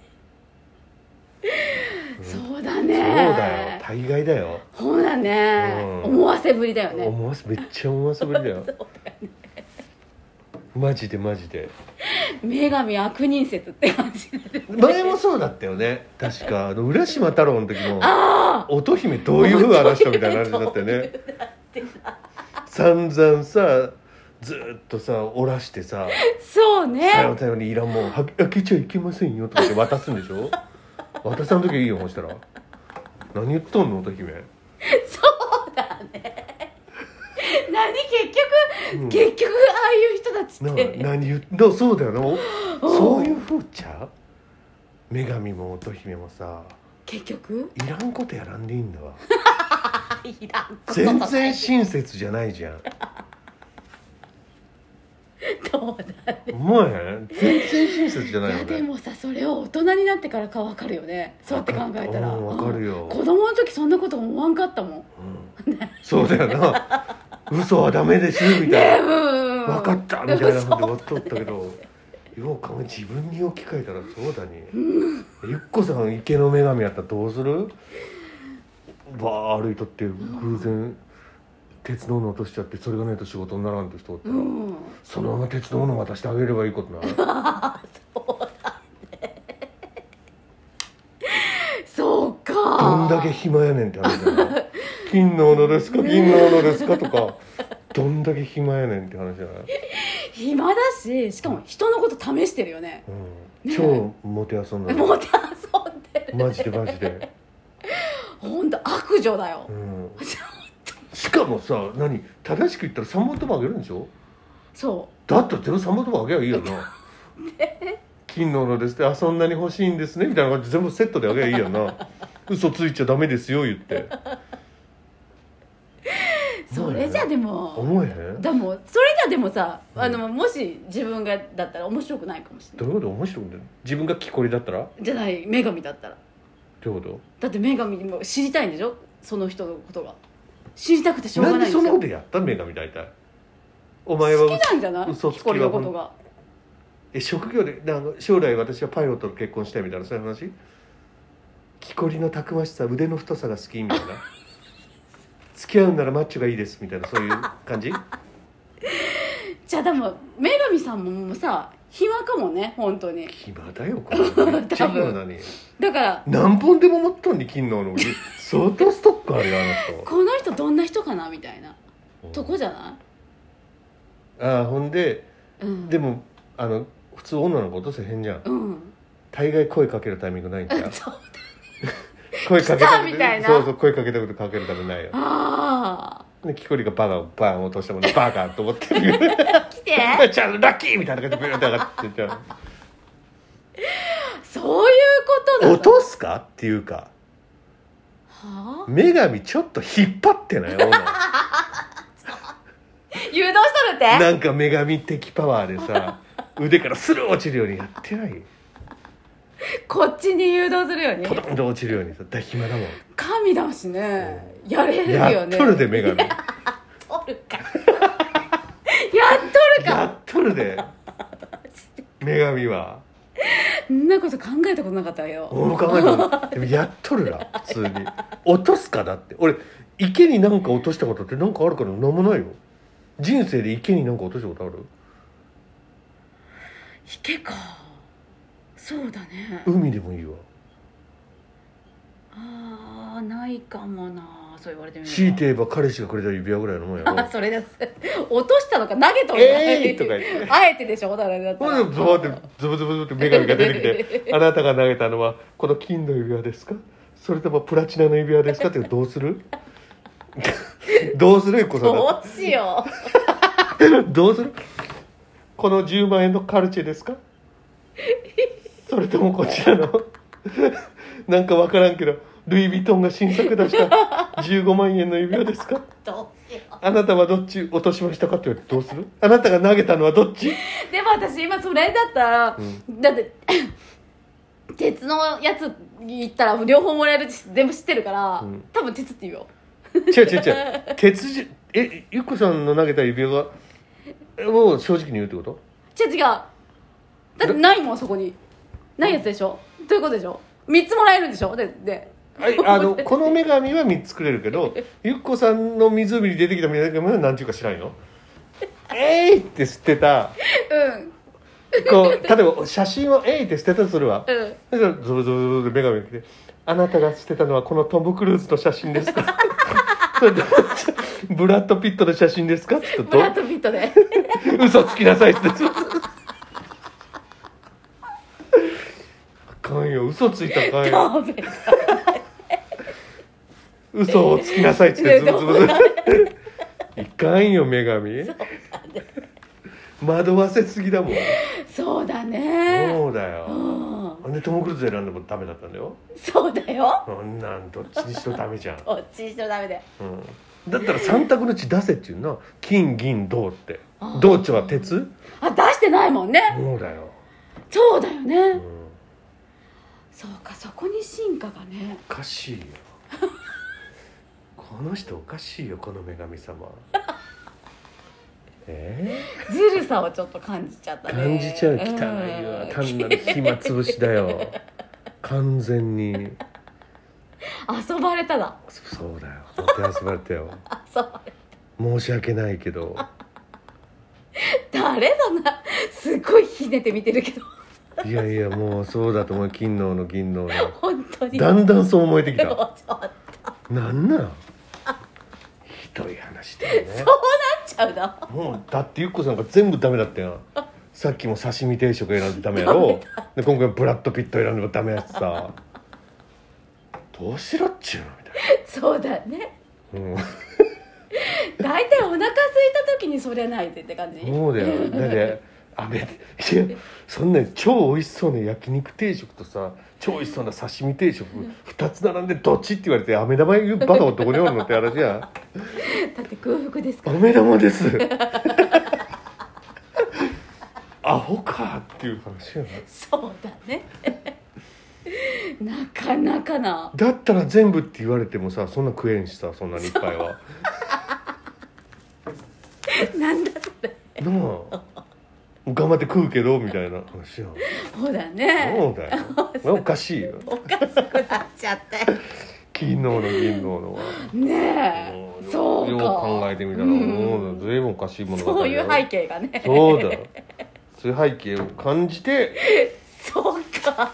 そうだね。 そうだよ大概だよ。 そうだね、思わせぶりだよね。 めっちゃ思わせぶりだよそうだよね。 マジで女神悪人説って感じだよね。 前もそうだったよね確か浦島太郎の時も乙姫どういう風話したみたいな話だったよね散々さずっとさおらしてさそうね最後の最後にいらんもん開けちゃいけませんよとかって渡すんでしょ渡さん時いいよそしたら何言っとんの乙姫。 そうだね結局ああいう人たちって何言っそうだよなそういう風ちゃう女神も乙姫もさ結局いらんことやらんでいいんだわいらんこと全然親切じゃないじゃんどうだね。 お前全然親切じゃないよね。 でもさそれを大人になってからか分かるよね。そうやって考えたら分かるよ、 子供の時そんなこと思わんかったもん、 そうだよな嘘はダメですみたいな、分かったみたいなふうで終わっとったけどよう考え自分に置き換えたらそうだね、ゆっこさん池の女神やったらどうする？バー歩いとって偶然鉄道の落としちゃってそれがないと仕事にならんと人おったら、そのまま鉄道の渡してあげればいいことなそうだねそうかどんだけ暇やねんって話だな金の斧ですか銀の斧ですかとかどんだけ暇やねんって話じゃない？ 暇だしかも人のこと試してるよね、 超モテ遊んだモテ遊んでる、 マジでほんと悪女だよ、 しかもさ正しく言ったら3本ともあげるんでしょ？ そうだったら全部3本ともあげればいいよな金の斧ですってそんなに欲しいんですねみたいな感じで全部セットであげればいいよな嘘ついちゃダメですよ言ってそれじゃでも思えへん？ でもそれじゃでもさもし自分がだったら面白くないかもしれない。 どういうこと？面白くない？自分が木こりだったら？ じゃない女神だったら。 どういうこと？ だって女神も知りたいんでしょその人のことが知りたくてしょうがないんですよ。 なんでそんなことやった女神大体お前は好きなんじゃない？ 嘘つきは木こりのことが職業で将来私はパイロットと結婚したいみたいなそういう話？木こりのたくましさ腕の太さが好きみたいな付き合うならマッチョがいいですみたいなそういう感じじゃあでも女神さんもさ暇かもね本当に暇だよこれめっちゃ暇だねだから何本でも持っとんに金の斧相当ストックあるよあの人この人どんな人かなみたいなとこじゃない？ ああほんで、でも普通女の子落とせへんじゃん、大概声かけるタイミングないんちゃうそうだね声かけたみたいなそう声かけたことかけるためないよ。 ああでキコリがバーン落としたもんねバカと思ってる来てちゃんラッキーみたいな感じでビューって上がってっちゃうそういうことだ落とすかっていうかはあ女神ちょっと引っ張ってない女誘導しとるってなんか女神的パワーでさ腕からスルー落ちるようにやってないこっちに誘導するようにポトンと落ちるようにさ大暇だもん神だしね、やれるよねやっとるで女神やっとるかやっとるかやっとるで女神はそんなこと考えたことなかったよ俺も考えたことでもやっとるな普通に落とすかだって俺池に何か落としたことって何かあるから何もないよ人生で池に何か落としたことある？ 池かそうだね海でもいいわあーないかもなそう言われてみれば強いて言えば彼氏がくれた指輪ぐらいのもんやろあそれです落としたのか投げとるのとか言ってあえてでしょだからだったらほんでズボってズブズブって女神が出てきてあなたが投げたのはこの金の指輪ですかそれともプラチナの指輪ですかってどうするどうするよこそどうしよどうするこの10万円のカルチェですかそれともこちらのなんか分からんけどルイ・ヴィトンが新作出した15万円の指輪ですかどうしよあなたはどっち落としましたかって言われてどうするあなたが投げたのはどっちでも私今それだったら、だって鉄のやつ言ったら両方もらえるって全部知ってるから、多分鉄って言うよ。 違う鉄ゆっこさんの投げた指輪を正直に言うってこと？ 違うだってないもん、そこにないやつでしょ。どういうことでしょ。3つもらえるんでしょ。でこの女神は3つくれるけど、ゆっこさんの湖に出てきた女神は何ていうか知らんよ。って捨てた、こう例えば写真をって捨てたとするわ、そしたらゾロゾロゾロで女神が来て、あなたが捨てたのはこのトム・クルーズの写真ですかそれでブラッド・ピットの写真ですかって言ったら、ブラッド・ピットで嘘つきなさいってあかんよ、嘘ついたらあかんよ嘘をつきなさいって言ってズブズブいかんよ女神、惑わせすぎだもん。 そうだね。 そうだよ。でトム・クルーズ選んでもダメだったんだよ。 そうだよ。 どっちにしろダメじゃん。 どっちにしろダメだよ。 だったら3択のうち出せっていうの。金銀銅って。銅っては鉄？ 出してないもんね。 そうだよ。 そうだよね。そうか、そこに進化がね。 おかしいよ。この人おかしいよ、この女神様。 ずるさをちょっと感じちゃったね。 感じちゃう。汚いわ、単なる暇つぶしだよ完全に遊ばれただ。 そうだよ、本当に遊ばれたよ遊ばれた。申し訳ないけど誰そんなすごいひねって見てるけどいやもうそうだと思う。金の斧銀の斧、 本当にだんだんそう思えてきた。なんなんひどい話だよね。 そうなっちゃうな。 もうだってゆっこさんが全部ダメだったよ。さっきも刺身定食選んでダメやろで今回ブラッドピット選んでもダメやしさ、どうしろっちゅうのみたいな。 そうだね、大体お腹空いた時にそれないでって感じ。 そうだよ。だっていやそんなに超美味しそうな焼肉定食とさ、超美味しそうな刺身定食2つ並んでどっちって言われて、飴玉言うバカはどこにおるのって話やだって空腹ですから。 飴玉ですアホかっていう話やな。 そうだねなかなかな。 だったら全部って言われてもさ、そんな食えんしさ、そんなにいっぱいはなんだそれなあ頑張って食うけどみたいな話やん。 そうだね。 そうだよおかしいよ。 おかしくなっちゃって金の斧銀の斧はねえ、そうか。 よう考えてみたら随分おかしいものがそういう背景がね。 そうだよ。そういう背景を感じてそうか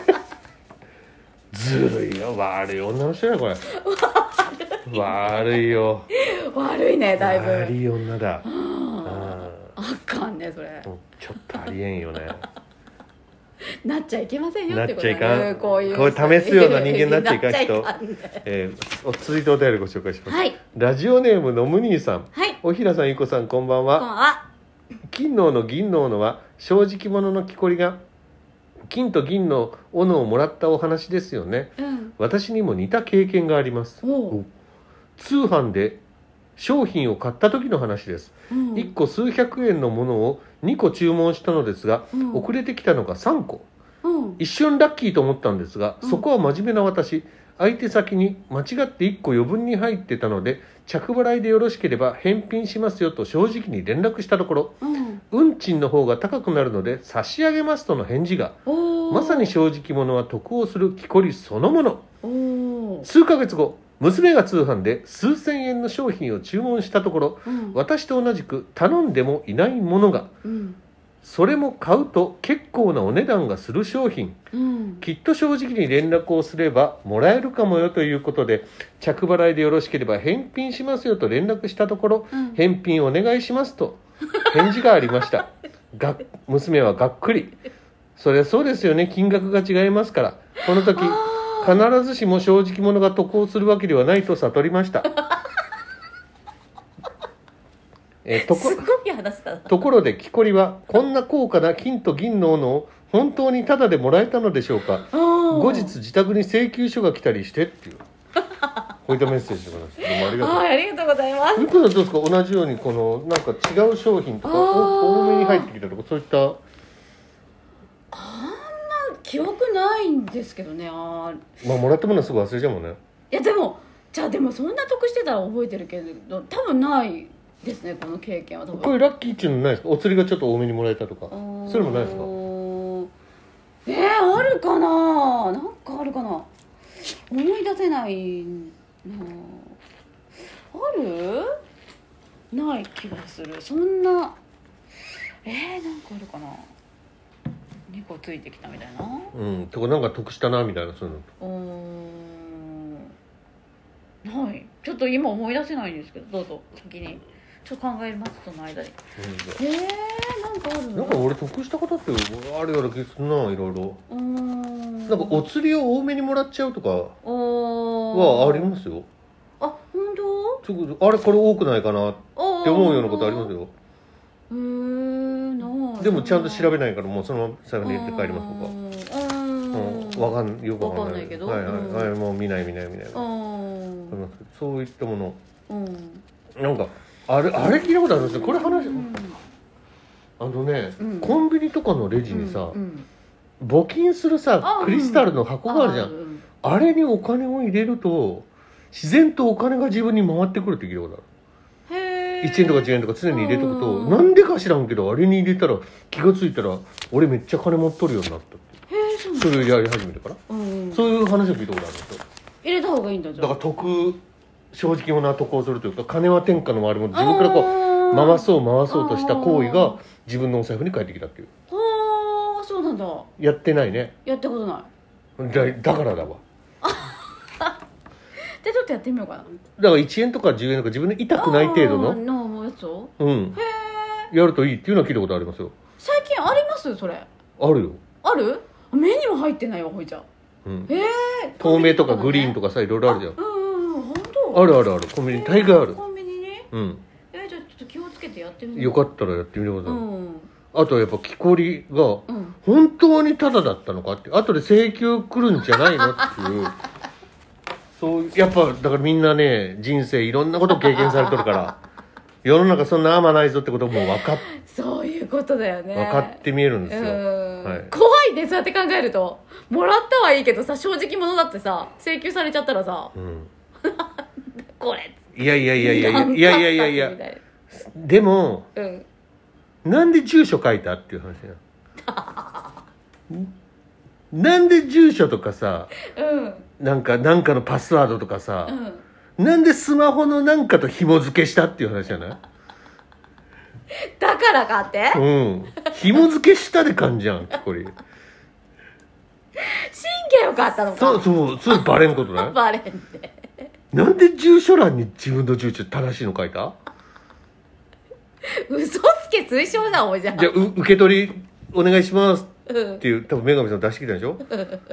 ずるいよ。悪い女の人やこれ。悪いよ。 悪いね、だいぶ。 悪い女だ。 あかんねそれ。 ちょっとありえんよねなっちゃいけませんよってことだね。なっちゃいかん。こういう試すような人間になっちゃいかん人。 ね続いてお便りご紹介します、 はい、 ラジオネームのむにーさん、 はい、 おひらさんゆこさんこんばんは。 こんばんは。 金の斧銀の斧は正直者の木こりが金と銀の斧をもらったお話ですよね、私にも似た経験があります。通販で商品を買った時の話です、1個数百円のものを2個注文したのですが、遅れてきたのが3個、一瞬ラッキーと思ったんですが、そこは真面目な私、相手先に間違って1個余分に入ってたので着払いでよろしければ返品しますよと正直に連絡したところ、運賃の方が高くなるので差し上げますとの返事が、まさに正直者は得をする木こりそのもの。数ヶ月後、娘が通販で数千円の商品を注文したところ、私と同じく頼んでもいないものが、それも買うと結構なお値段がする商品、きっと正直に連絡をすればもらえるかもよということで、着払いでよろしければ返品しますよと連絡したところ、返品お願いしますと返事がありました娘はがっくり。そりゃそうですよね、金額が違いますから。この時必ずしも正直者が得をするわけではないと悟りましたすごい話だな。ところで木こりはこんな高価な金と銀の斧を本当にタダでもらえたのでしょうか。後日自宅に請求書が来たりしてっていうこういったメッセージでございます。どうもありがとうございます。 ゆうこさんどうですか、同じようにこのなんか違う商品とか多めに入ってきたとか、そういった。 あんま記憶ないんですけどね。 まあもらったものはすぐ忘れちゃうもんね。 いやでもそんな得してたら覚えてるけど多分ないですね、この経験は。多分これラッキーっていうのないですか？お釣りがちょっと多めにもらえたとか、それもないですか？ あるかな、なんかあるかな、思い出せないな。ある？ない気がする。そんななんかあるかな。2個ついてきたみたいな。 とかなんか得したなみたいな、そういうのない。ちょっと今思い出せないんですけど、どうぞ先にちょっと考えます、その間に。なんかあるの？ なんか俺得したことってあるような気がするな、いろいろ。なんかお釣りを多めにもらっちゃうとかはありますよ。 あ、本当？ あれこれ多くないかなって思うようなことありますよ。でもちゃんと調べないからもうそのまま最後に入れて帰りますとか。よくわかんないけど、もう見ない。そういったもの、なんかあれ聞いたことあるんですよ。これ話、コンビニとかのレジにさ、募金するさクリスタルの箱があるじゃん。あれにお金を入れると自然とお金が自分に回ってくるって聞いたことある。1円とか10円とか常に入れとくと、なんでか知らんけどあれに入れたら気がついたら俺めっちゃ金持っとるようになったって。それをやり始めてから、そういう話を聞いたことあるんですよ。 入れた方がいいんだ。じゃあだから正直者は得をするというか、金は天下の回りも自分からこう回そうとした行為が自分のお財布に返ってきたっていう。 そうなんだ。 やってないね。 やったことない。 だからだわ。 でちょっとやってみようかな。だから1円とか10円とか自分で痛くない程度のやつをやるといいっていうのは聞いたことありますよ。 最近あります？それあるよ。 ある？目にも入ってないわ、ほいちゃん。 透明とかグリーンとかさ、いろいろあるじゃん。 本当？ あるコンビニ大概ある。 コンビニに？じゃあちょっと気をつけてやってみる。 よかったらやってみてください。あとはやっぱ木こりが本当にタダだったのかって、後で請求来るんじゃないのっていう。そうやっぱだからみんなね、人生いろんなこと経験されてるから世の中そんな甘ないぞってことも分かっそういうことだよね。 分かって見えるんですよ。 怖いね、そうやって考えると。もらったはいいけどさ、正直者だってさ請求されちゃったらさ、これいやでも、なんで住所書いたっていう話やなんで住所とかさ、なんかのパスワードとかさ、なんでスマホのなんかと紐付けしたっていう話じゃない？ だからかって？ 紐付けしたで感じやん、これ。神経よかったのか。 そうバレんことない？ バレんで。 なんで住所欄に自分の住所正しいの書いた？ 嘘つけ推奨だおいじゃん。 じゃあ受け取りお願いしますっていう、多分女神さん出してきたでしょ。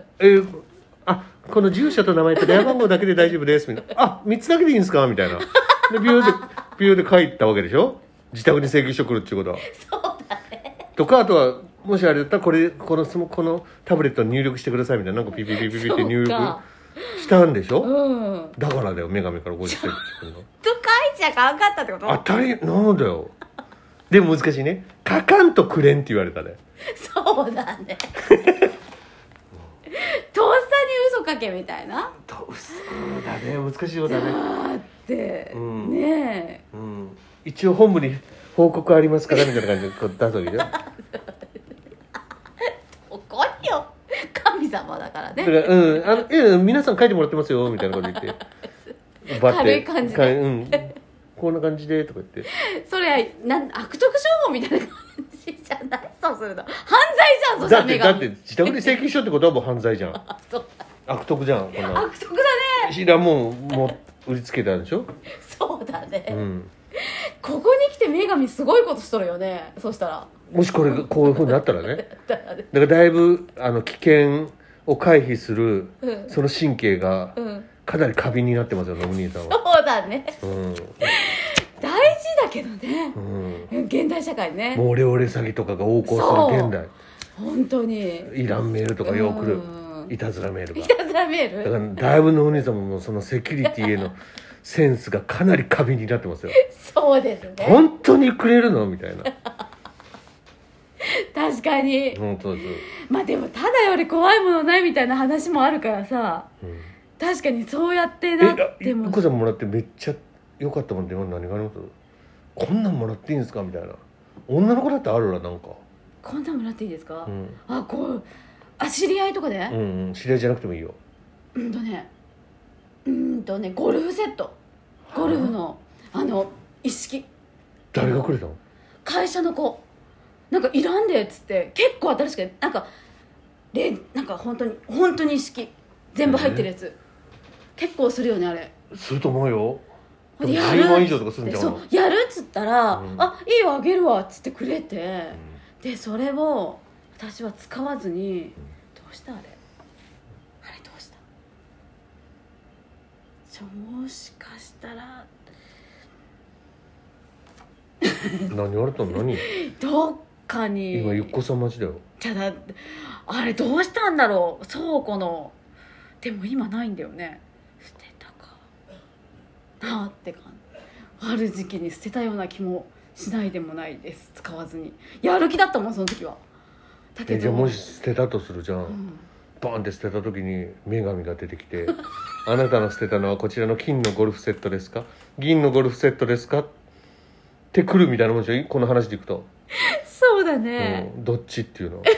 この住所と名前と電話番号だけで大丈夫ですみたいな。3つだけでいいんですかみたいな。でビューで書いたわけでしょ。自宅に請求書来るっていうことは。 そうだね。 とか、あとはもしあれだったらこのタブレットに入力してくださいみたいな、なんかピピって入力したんでしょ。だからだよ、女神から50センチ君がと書いちゃかんかったってこと？ 当たりなんだよ。でも難しいね。書かんとくれんって言われたね。 そうだね。とっさに嘘かけみたいな。 そうだね、難しいようだね。 だってねえ、 一応本部に報告ありますからみたいな感じで出すわけじゃん。 怒りよ、神様だからね。 だから皆さん書いてもらってますよみたいなこと言って軽い感じでこんな感じでとか言って、 それ悪徳商法みたいな感じじゃない？そうすると犯罪じゃん。そしたらだって自宅に請求書ってことはもう犯罪じゃん。悪徳じゃん。こんな悪徳だね。 知らんもん売りつけたでしょ。 そうだね、ここに来て女神すごいことしとるよね。そしたらもしこういう風になったらねだからだいぶ危険を回避する、その神経がかなり過敏になってますよね、お兄さんは。 そうだね、大事だけどね、現代社会ね。 もうオレオレ詐欺とかが横行する現代、 本当にいらんメールとかよく来る、いたずらメールが。 いたずらメールだからだいぶのお兄さんもそのセキュリティへのセンスがかなり過敏になってますよ。 そうですね。 本当にくれるのみたいな。 確かに本当です。 まあでもただより怖いものないみたいな話もあるからさ、確かにそうやってなっても。 ゆっこさんもらってめっちゃ良かったもんって何があります？こんなんもらっていいんですかみたいな。女の子だってあるらなんか。 こんなんもらっていいですか？知り合いとかで？ 知り合いじゃなくてもいいよ。 ゴルフセット、ゴルフの一式。 誰がくれたの？ 会社の子なんかいらんでっつって結構新しくなんか本当に一式全部入ってるやつ、結構するよねあれ。 すると思うよ。 やる 10万以上とかするんじゃん。 そうやるっつったら、いいよあげるわっつってくれて、でそれを私は使わずに、どうしたあれどうしたもしかしたら何言われたの？何？ どっかに今ゆっこさん待ちだよ。 じゃああれどうしたんだろう、倉庫の。でも今ないんだよね。捨てたかなって感じ。ある時期に捨てたような気もしないでもないです。使わずにやる気だったもんその時は。だけどじゃあもし捨てたとするじゃん、バーンって捨てた時に女神が出てきてあなたの捨てたのはこちらの金のゴルフセットですか、銀のゴルフセットですかってくるみたいなもんでしょ、この話でいくと。 そうだね、 どっちっていうの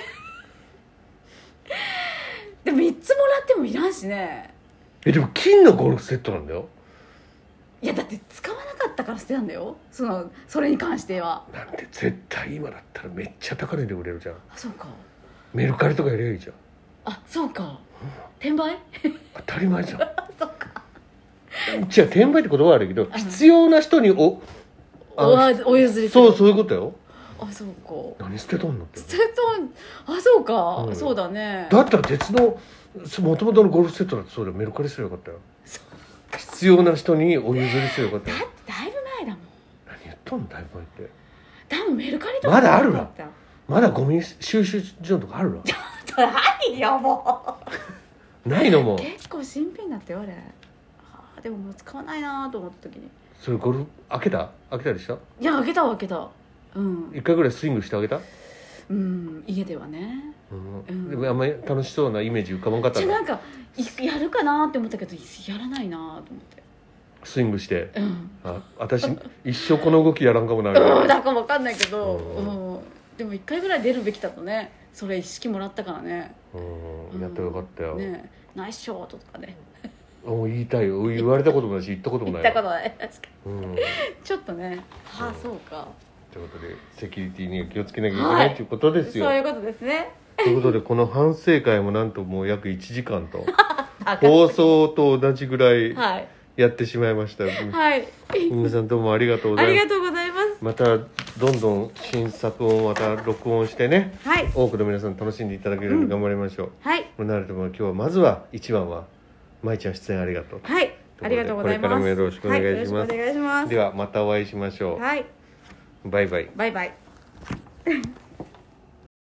でも3つもらってもいらんしね。 でも金のゴルフセットなんだよ。 いやだって使わなかったから捨てたんだよ、それに関しては。 なんて絶対今だったらめっちゃ高値で売れるじゃん。 あ、そうか。 メルカリとかやりゃいいじゃん。 あ、そうか、転売当たり前じゃんそっか。 じゃあ転売って言葉は悪いけど、必要な人にお譲りする。 そういうことよ。 あ、そうか。 何捨てとんのって。 捨てとん。あ、そうか、そうだね。 だったら鉄の元々のゴルフセットだってそうだよ、メルカリすればよかったよ。必要な人にお譲りすればよかったよ。 だってだいぶ前だもん。 何言っとんのだいぶ前って。 多分メルカリとかまだあるわ。まだゴミ収集所とかあるわ。 ちょっとないよもうないのも結構新品だってよあれ。でももう使わないなと思った時に。 それゴルフ開けたりした？ いや開けた。 一回ぐらいスイングしてあげた？ 家ではね。 でもあんまり楽しそうなイメージ浮かばんかった。 なんかやるかなって思ったけどやらないなと思って。 スイングして、私一生この動きやらんかもなる。 だかも分かんないけど、でも1回ぐらい出るべきだとね。それ一式もらったからね。 やったらよかったよ。 ね、ナイスショートとかね。 言いたいよ。言われたこともないし言ったこともない。 言ったことない。確かに。ちょっとね。そうか。 ということでセキュリティには気をつけなきゃいけないということですよ。 そういうことですね。 ということでこの反省会もなんともう約1時間と放送と同じぐらいやってしまいました。はい。皆さんどうもありがとうございます。 ありがとうございます。 またどんどん新作をまた録音してね、多くの皆さん楽しんでいただけるように頑張りましょう。はい。なると今日はまずは一番はまいちゃん出演ありがとう。はい。ありがとうございます。これからもよろしくお願いします。ではまたお会いしましょう。はい。バイバイ。 バイバイ。